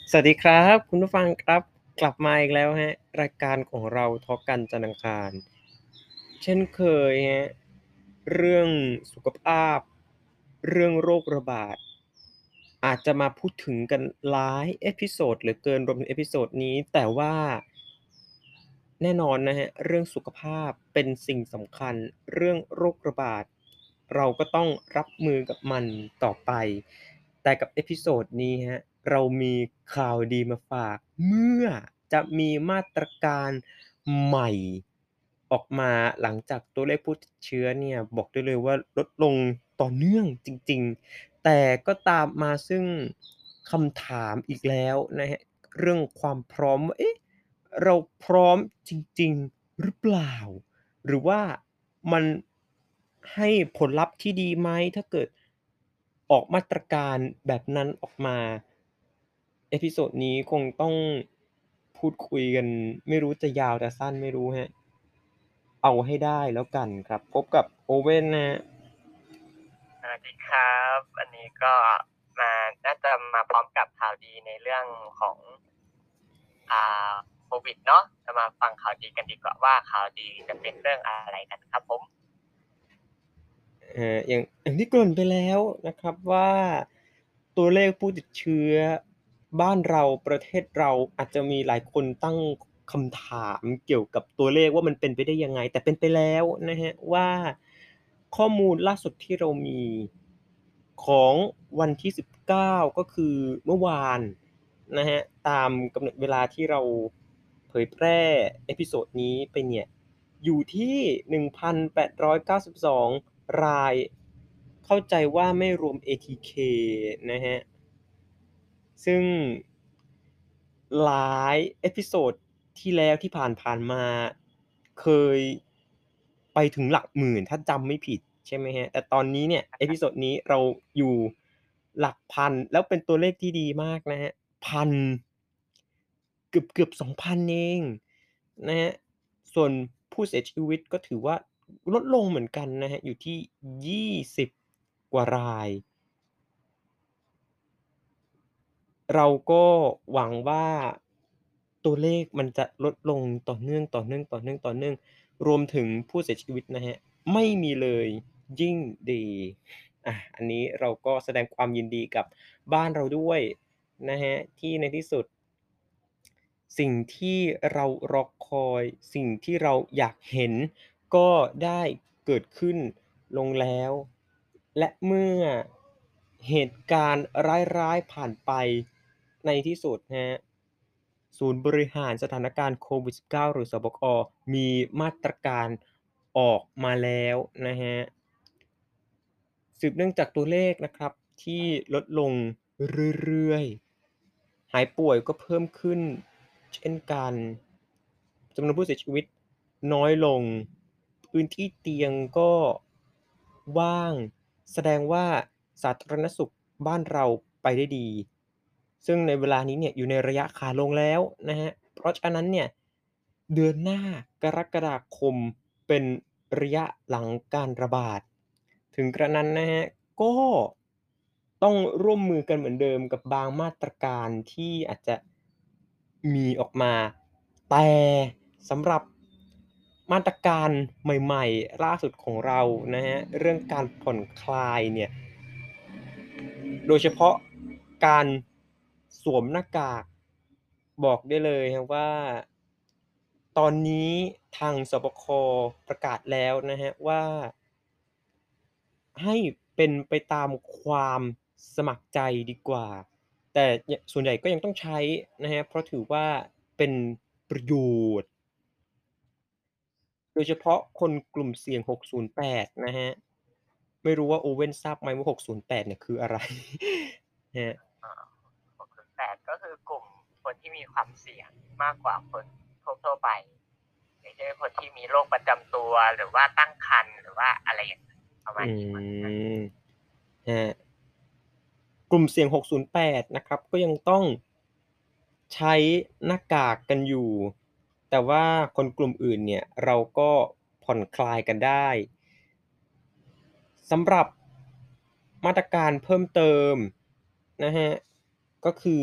สวัสดีครับคุณผู้ฟังครับกลับมาอีกแล้วครับรายการของเราทอล์กกันจันทร์อังคารเช่นเคยครับเรื่องสุขภาพเรื่องโรคระบาดอาจจะมาพูดถึงกันหลายเอพิโซดเหลือเกินรวมถึงเอพิโซดนี้แต่ว่าแน่นอนนะครับเรื่องสุขภาพเป็นสิ่งสำคัญเรื่องโรคระบาดเราก็ต้องรับมือกับมันต่อไปแต่กับเอพิโซดนี้ครับเรามีข่าวดีมาฝากเมื่อจะมีมาตรการใหม่ออกมาหลังจากตัวเลขผู้ติดเชื้อเนี่ยบอกได้เลยว่าลดลงต่อเนื่องจริงๆแต่ก็ตามมาซึ่งคำถามอีกแล้วนะครับเรื่องความพร้อมว่าเอ๊ะ เราพร้อมจริงๆหรือเปล่าหรือว่ามันให้ผลลัพธ์ที่ดีไหมถ้าเกิดออกมาตรการแบบนั้นออกมาเอพิโซดนี้คงต้องพูดคุยกันไม่รู้จะยาวจะสั้นไม่รู้ครับเอาให้ได้แล้วกันครับพบกับโอเว่นนะครับสวัสดีครับอันนี้ก็มาน่าจะมาพร้อมกับข่าวดีในเรื่องของอ่าโควิดเนาะจะมาฟังข่าวดีกันดีกว่าว่าข่าวดีจะเป็นเรื่องอะไรกันครับผมอย่างที่เกริ่นไปแล้วนะครับว่าตัวเลขผู้ติดเชื้อบ้านเราประเทศเราอาจจะมีหลายคนตั้งคำถามเกี่ยวกับตัวเลขว่ามันเป็นไปได้ยังไงแต่เป็นไปแล้วนะครับว่าข้อมูลล่าสุดที่เรามีของวันที่19ก็คือเมื่อวานนะครับตามกำหนดเวลาที่เราเผยแพร่เอพิโซดนี้ไปเนี่ยอยู่ที่1,892รายเข้าใจว่าไม่รวม ATK นะครับซึ่งหลายเอพิโซดที่แล้วที่ผ่านๆมาเคยไปถึงหลักหมื่นถ้าจำไม่ผิดใช่ไหมครับแต่ตอนนี้เนี่ยเอพิโซดนี้เราอยู่หลักพันแล้วเป็นตัวเลขที่ดีมากนะครับพันเกือบๆ2,000เองนะครับส่วนผู้เสียชีวิตก็ถือว่าลดลงเหมือนกันนะครับอยู่ที่20กว่าราย เราก็หวังว่าตัวเลขมันจะลดลงต่อเนื่องรวมถึงผู้เสียชีวิตนะครับไม่มีเลยยิ่งดีอันนี้เราก็แสดงความยินดีกับบ้านเราด้วยนะครับที่ในที่สุดสิ่งที่เรารอคอยสิ่งที่เราอยากเห็นก็ได้เกิดขึ้นลงแล้วและเมื่อเหตุการณ์ร้ายๆผ่านไปในที่สุดนะครับศูนย์บริหารสถานการณ์โควิด -19 หรือสบคมีมาตรการออกมาแล้วนะครับสืบเนื่องจากตัวเลขนะครับที่ลดลงเรื่อยๆหายป่วยก็เพิ่มขึ้นเช่นกันจำนวนผู้เสียชีวิตน้อยลงพื้นที่เตียงก็ว่างแสดงว่าสาธารณสุขบ้านเราไปได้ดีซึ่งในเวลานี้เนี่ยอยู่ในระยะขาลงแล้วนะครับเพราะฉะนั้นเนี่ยเดือนหน้ากรกฎาคมเป็นระยะหลังการระบาดถึงกระนั้นนะครับก็ต้องร่วมมือกันเหมือนเดิมกับบางมาตรการที่อาจจะมีออกมาแต่สำหรับมาตรการใหม่ๆล่าสุดของเรานะครับเรื่องการผ่อนคลายเนี่ยโดยเฉพาะการสวมหน้ากากบอกได้เลยครับว่าตอนนี้ทางสบคประกาศแล้วนะครับว่า ให้เป็นไปตามความสมัครใจดีกว่า แต่ส่วนใหญ่ก็ยังต้องใช้นะครับเพราะถือว่าเป็นประโยชน์โดยเฉพาะคนกลุ่มเสี่ยง608นะครับไม่รู้ว่าโอเว่นทราบไหมว่า608เนี่ยคืออะไรครับอ่า608ก็คือกลุ่มคนที่มีความเสี่ยงมากกว่าคนทั่วๆไปอย่างเช่นคนที่มีโรคประจำตัวหรือว่าตั้งครรภ์หรือว่าอะไรอย่างงี้ประมาอืณนี้มั้งครับมครับกลุ่มเสี่ยง608นะครับก็ยังต้องใช้หน้ากากกันอยู่แต่ว่าคนกลุ่มอื่นเนี่ยเราก็ผ่อนคลายกันได้ สำหรับมาตรการเพิ่มเติมนะครับก็คือ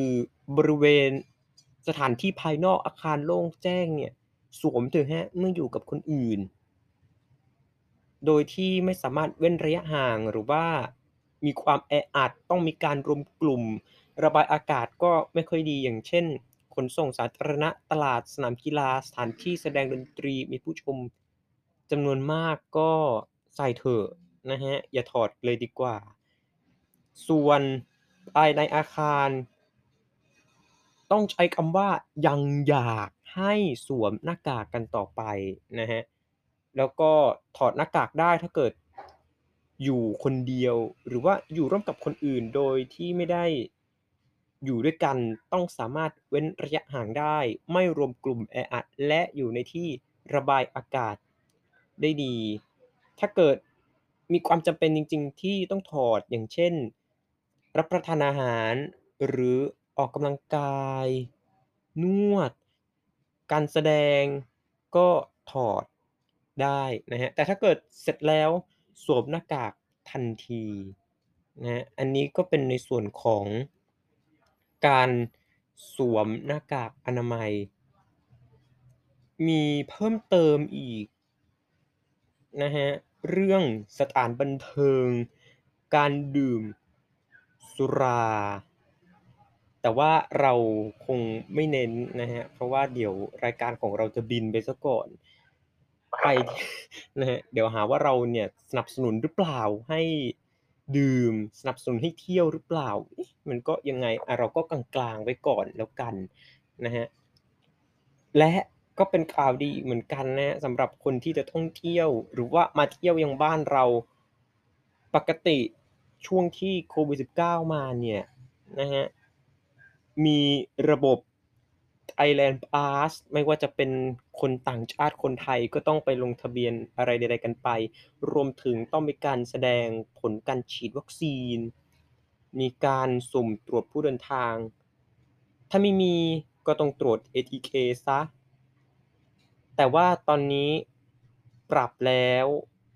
บริเวณสถานที่ภายนอกอาคารโล่งแจ้งเนี่ยสวมเถอะครับเมื่ออยู่กับคนอื่นโดยที่ไม่สามารถเว้นระยะห่างหรือว่ามีความแออัดต้องมีการรวมกลุ่มระบายอากาศก็ไม่ค่อยดีอย่างเช่นขนส่งสาธารณะตลาดสนามกีฬาสถานที่แสดงดนตรีมีผู้ชมจำนวนมากก็ใส่เถอะนะครับอย่าถอดเลยดีกว่าส่วนภายในอาคาร ต้องใช้คำว่ายังอยากให้สวมหน้ากากกันต่อไปนะครับแล้วก็ถอดหน้ากากได้ถ้าเกิดอยู่คนเดียวหรือว่าอยู่ร่วมกับคนอื่นโดยที่ไม่ได้อยู่ด้วยกันต้องสามารถเว้นระยะห่างได้ไม่รวมกลุ่มแออัดและอยู่ในที่ระบายอากาศได้ดีถ้าเกิดมีความจำเป็นจริงๆที่ต้องถอดอย่างเช่นรับประทานอาหารหรือออกกำลังกาย นวดการแสดงก็ถอดได้นะครับแต่ถ้าเกิดเสร็จแล้วสวมหน้ากากทันทีนะครับอันนี้ก็เป็นในส่วนของการสวมหน้ากากอนามัยมีเพิ่มเติมอีกนะครับเรื่องสถานบันเทิงการดื่มสุราแต่ว่าเราคงไม่เน้นนะครับเพราะว่าเดี๋ยวรายการของเราจะบินไปเสียก่อนไปที่นะครับเดี๋ยวหาว่าเราเนี่ยสนับสนุนหรือเปล่าให้ดื่มสนับสนุนให้เที่ยวหรือเปล่าเอ๊ะมันก็ยังไงเราก็กลางๆไว้ก่อนแล้วกันนะครับและก็เป็นข่าวดีอีกเหมือนกันนะครับสำหรับคนที่จะท่องเที่ยวหรือว่ามาเที่ยวยังบ้านเราปกติช่วงที่โควิด-19มาเนี่ยนะครับ มีระบบ Thailand Pass ไม่ว่าจะเป็นคนต่างชาติคนไทยก็ต้องไปลงทะเบียนอะไรใดๆกันไปรวมถึงต้องมีการแสดงผลการฉีดวัคซีนมีการสุ่มตรวจผู้เดินทางถ้าไม่มีก็ต้องตรวจ ATK เสียแต่ว่าตอนนี้ปรับแล้ว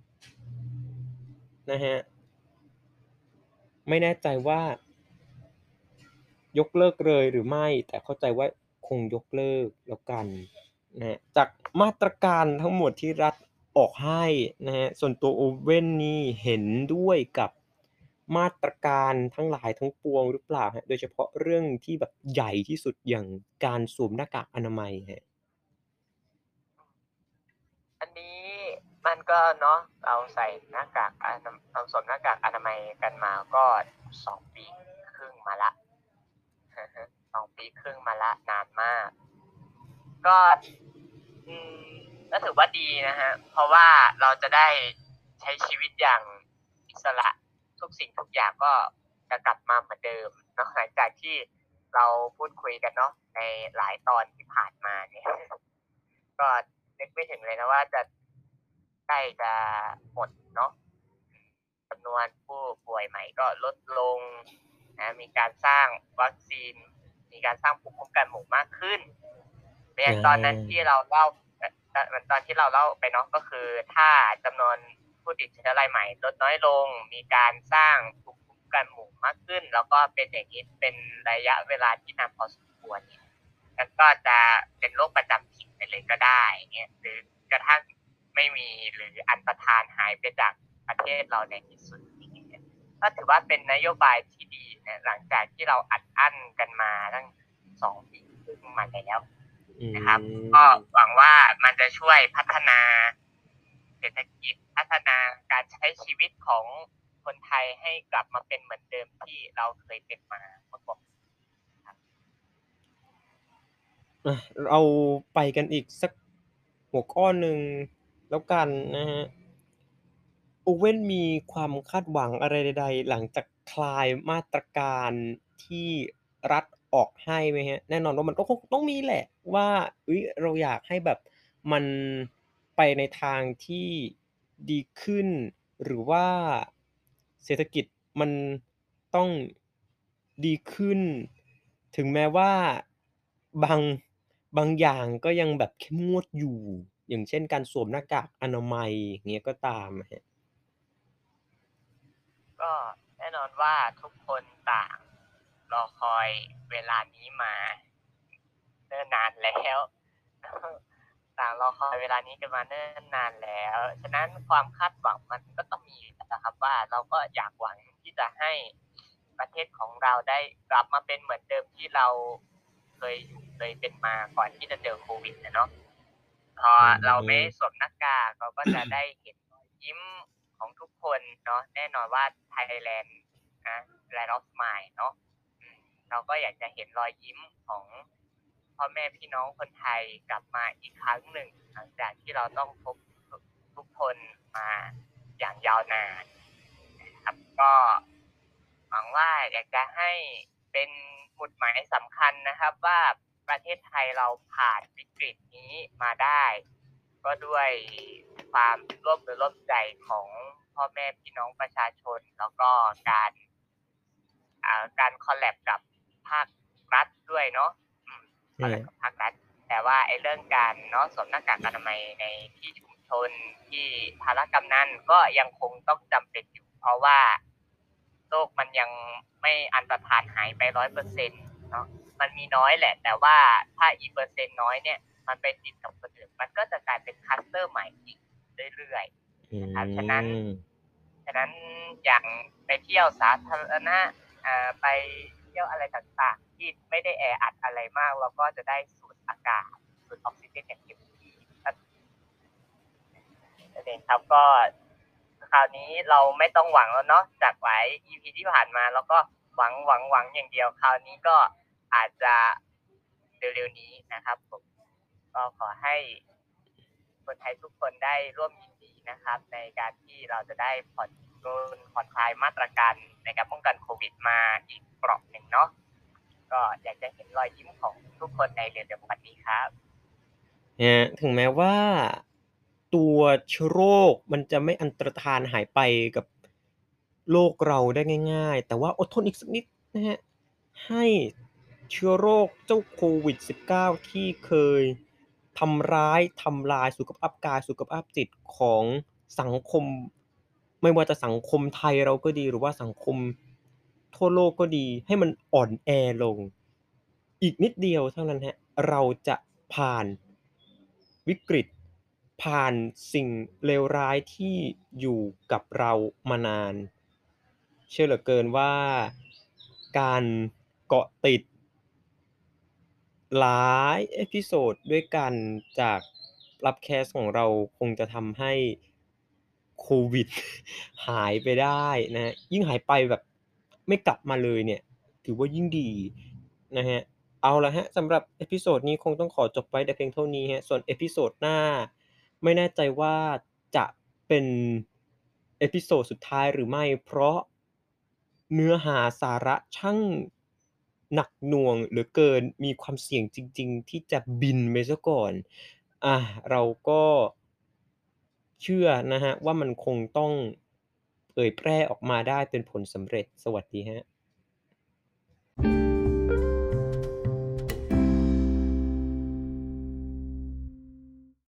นะครับไม่แน่ใจว่ายกเลิกเลยหรือไม่แต่เข้าใจว่าคงยกเลิกแล้วกันนะครับจากมาตรการทั้งหมดที่รัฐออกให้นะครับส่วนตัว Owen นี่เห็นด้วยกับมาตรการทั้งหลายทั้งปวงหรือเปล่าครับโดยเฉพาะเรื่องที่แบบใหญ่ที่สุดอย่างการสวมหน้ากากอนามัยครับอันนี้มันก็เนาะเราใส่หน้ากากเราสวมหน้ากากอนามัยกันมาก็2 ปีครึ่งมาแล้ว2 ปีครึ่งมาแล้วนานมากก็อืมก็ถือว่าดีนะครับเพราะว่าเราจะได้ใช้ชีวิตอย่างอิสระทุกสิ่งทุกอย่างก็จะกลับมาเหมือนเดิมเนาะหลังจากที่เราพูดคุยกันเนาะในหลายตอนที่ผ่านมาเนี่ยก็นึกไม่ถึงเลยนะว่าจะใกล้จะหมดเนาะจำนวนผู้ป่วยใหม่ก็ลดลงนะมีการสร้างวัคซีนมีการสร้างภูมิคุ้มกันหมู่มากขึ้นเหมือนตอนนั้นที่เราเล่าเหมือนตอนที่เราเล่าไปเนาะก็คือถ้าจำนวนผู้ติดเชื้อรายใหม่ลดน้อยลงมีการสร้างภูมิคุ้มกันหมู่มากขึ้นแล้วก็เป็นอย่างงี้เป็นระยะเวลาที่นานพอสมควรเนี่ยมันก็จะเป็นโรคประจำถิ่นไปเลยก็ได้อย่างเงี้ยหรือกระทั่งไม่มีหรืออันตรธานหายไปจากประเทศเราในที่สุดอย่างเงี้ยก็ถือว่าเป็นนโยบายที่ดีนะหลังจากที่เราอัดอั้นกันมาตั้ง2 ปีครึ่งมาแล้วอืนะครับก็มหวังว่ามันจะช่วยพัฒนาเศรษฐกิจพัฒนาการใช้ชีวิตของคนไทยให้กลับมาเป็นเหมือนเดิมที่เราเคยเป็นมาเมื่อก่อนครับอะเราไปกันอีกสักหัวข้อหนึ่งแล้วกันนะครับ Owen มีความคาดหวังอะไรใดๆหลังจากคลายมาตรการที่รัฐออกให้ไหมครับแน่นอนว่ามันก็คงต้องมีแหละว่าเฮ้ยเราอยากให้แบบมันไปในทางที่ดีขึ้นหรือว่าเศรษฐกิจมันต้องดีขึ้นถึงแม้ว่าบางบางอย่างก็ยังแบบเข้มงวดอยู่อย่างเช่นการสวมหน้ากากอนามัยอย่างเงี้ยก็ตามอะครับก็แน่นอนว่าทุกคนต่างรอคอยเวลานี้มาเนิ่นนานแล้วต่างรอคอยเวลานี้กันมาเนิ่นนานแล้วฉะนั้นความคาดหวังมันก็ต้องมีนะครับว่าเราก็อยากหวังที่จะให้ประเทศของเราได้กลับมาเป็นเหมือนเดิมที่เราเคยเป็นมาก่อนที่จะเจอโควิดอะเนาะพออืเราไม่มสวมหน้ากากเราก็จะได้เห็นรอยยิ้มของทุกคนเนาะแน่นอนว่า Thailand นะ Land of Smile เนาะ อืมเราก็อยากจะเห็นรอยยิ้มของพ่อแม่พี่น้องคนไทยกลับมาอีกครั้งหนึ่งหลังจากที่เราต้องพบทุกคนมาอย่างยาวนานนะครับก็หวังว่าอยากจะให้เป็นหมุดหมายสำคัญนะครับว่าประเทศไทยเราผ่านวิกฤตนี้มาได้ก็ด้วยความร่วมมือร่วมใจของพ่อแม่พี่น้องประชาชนแล้วก็การ การคอลแลบกับภาครัฐด้วยเนาะคอลแลบกับอาภาครัฐแต่ว่าไอ้เรื่องการเนาะสวมหน้ากากอนามัยในที่ชุมชนที่ภารกำนันก็ยังคงต้องจำเป็นอยู่เพราะว่าโรคมันยังไม่อันตรธานหายไป100%เนาะมันมีน้อยแหละแต่ว่าถ้าอีเปอร์เซ็นต์น้อยเนี่ยมันไปติดกับคนอื่นมันก็จะกลายเป็นคลัสเตอร์ใหม่อีกเรื่อยอืๆนะครับมฉะนั้นอย่างไปเที่ยวสาธารณะ ไปเที่ยวอะไรต่างๆที่ไม่ได้แออัดอะไรมากเราก็จะได้สูดอากาศสูดออกซิเจนอย่างเต็มที่นั่นเองครับก็คราวนี้เราไม่ต้องหวังแล้วเนาะจากหลาย EP ที่ผ่านมาเราก็หวังอย่างเดียวคราวนี้ก็อาจจะเร็วๆนี้นะครับผมก็ขอให้คนไทยทุกคนได้ร่วมยินดีนะครับในการที่เราจะได้ผ่อนคลายมาตรการในการป้องกันโควิดมาอีกเปราะหนึ่งเนาะ ก็อยากจะเห็นรอยยิ้มของทุกคนในเร็วๆวันนี้ครับครับถึงแม้ว่าตัวเชื้อโรคมันจะไม่อันตรธานหายไปกับโลกเราได้ง่ายๆแต่ว่าอดทนอีกสักนิดนะครับให้เชื้อโรคเจ้าโควิด -19 ที่เคยทำลายสุขภาพกายสุขภาพจิตของสังคมไม่ว่าจะสังคมไทยเราก็ดีหรือว่าสังคมทั่วโลกก็ดีให้มันอ่อนแอลงอีกนิดเดียวเท่านั้นครับเราจะผ่านวิกฤตผ่านสิ่งเลวร้ายที่อยู่กับเรามานานเชื่อเหลือเกินว่าการเกาะติด หลายเอพิโซดด้วยกันจากลับแคสของเราคงจะทำให้โควิดหายไปได้นะครับยิ่งหายไปแบบไม่กลับมาเลยเนี่ยถือว่ายิ่งดีนะครับเอาล่ะครับสำหรับเอพิโซดนี้คงต้องขอจบไว้แต่เพียงเท่านี้ครับส่วนเอพิโซดหน้าไม่แน่ใจว่าจะเป็นเอพิโซดสุดท้ายหรือไม่เพราะเนื้อหาสาระช่างหนักหน่วงเหลือเกินมีความเสี่ยงจริงๆที่จะบินไปเสียก่อนอาเราก็เชื่อนะครับว่ามันคงต้องเผยแพร่ออกมาได้เป็นผลสำเร็จสวัสดีครับ